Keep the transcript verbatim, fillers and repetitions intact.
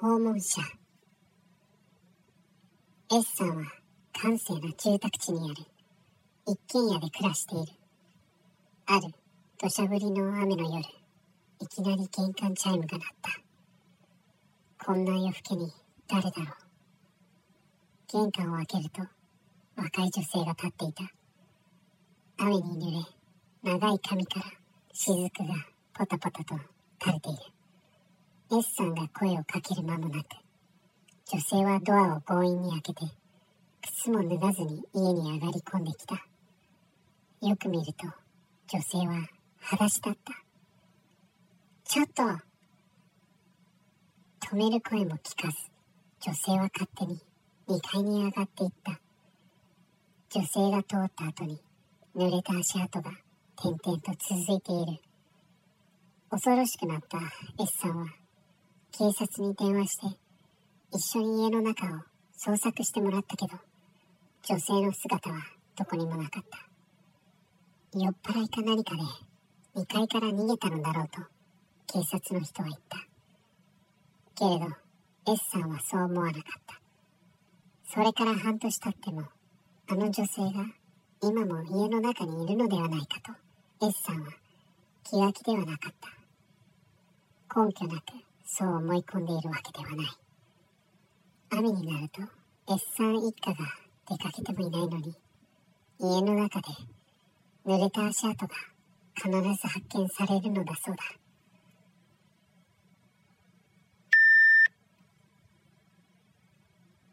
訪問者。 S さんは閑静な住宅地にある一軒家で暮らしている。ある土砂降りの雨の夜、いきなり玄関チャイムが鳴った。こんな夜更けに誰だろう。玄関を開けると若い女性が立っていた。雨に濡れ、長い髪から雫がポタポタと垂れている。 S さんが声をかける間もなく、女性はドアを強引に開けて靴も脱がずに家に上がり込んできた。よく見ると女性は裸足だった。ちょっと、止める声も聞かず、女性は勝手ににかいに上がっていった。女性が通った後に濡れた足跡が点々と続いている。恐ろしくなった S さんは警察に電話して一緒に家の中を捜索してもらったけど、女性の姿はどこにもなかった。酔っ払いか何かでにかいから逃げたのだろうと警察の人は言った。けれど S さんはそう思わなかった。それから半年経ってもあの女性が今も家の中にいるのではないかと S さんは気が気ではなかった。根拠なくそう思い込んでいるわけではない。雨になると S さん一家が出かけてもいないのに、家の中で濡れた足跡が必ず発見されるのだそうだ。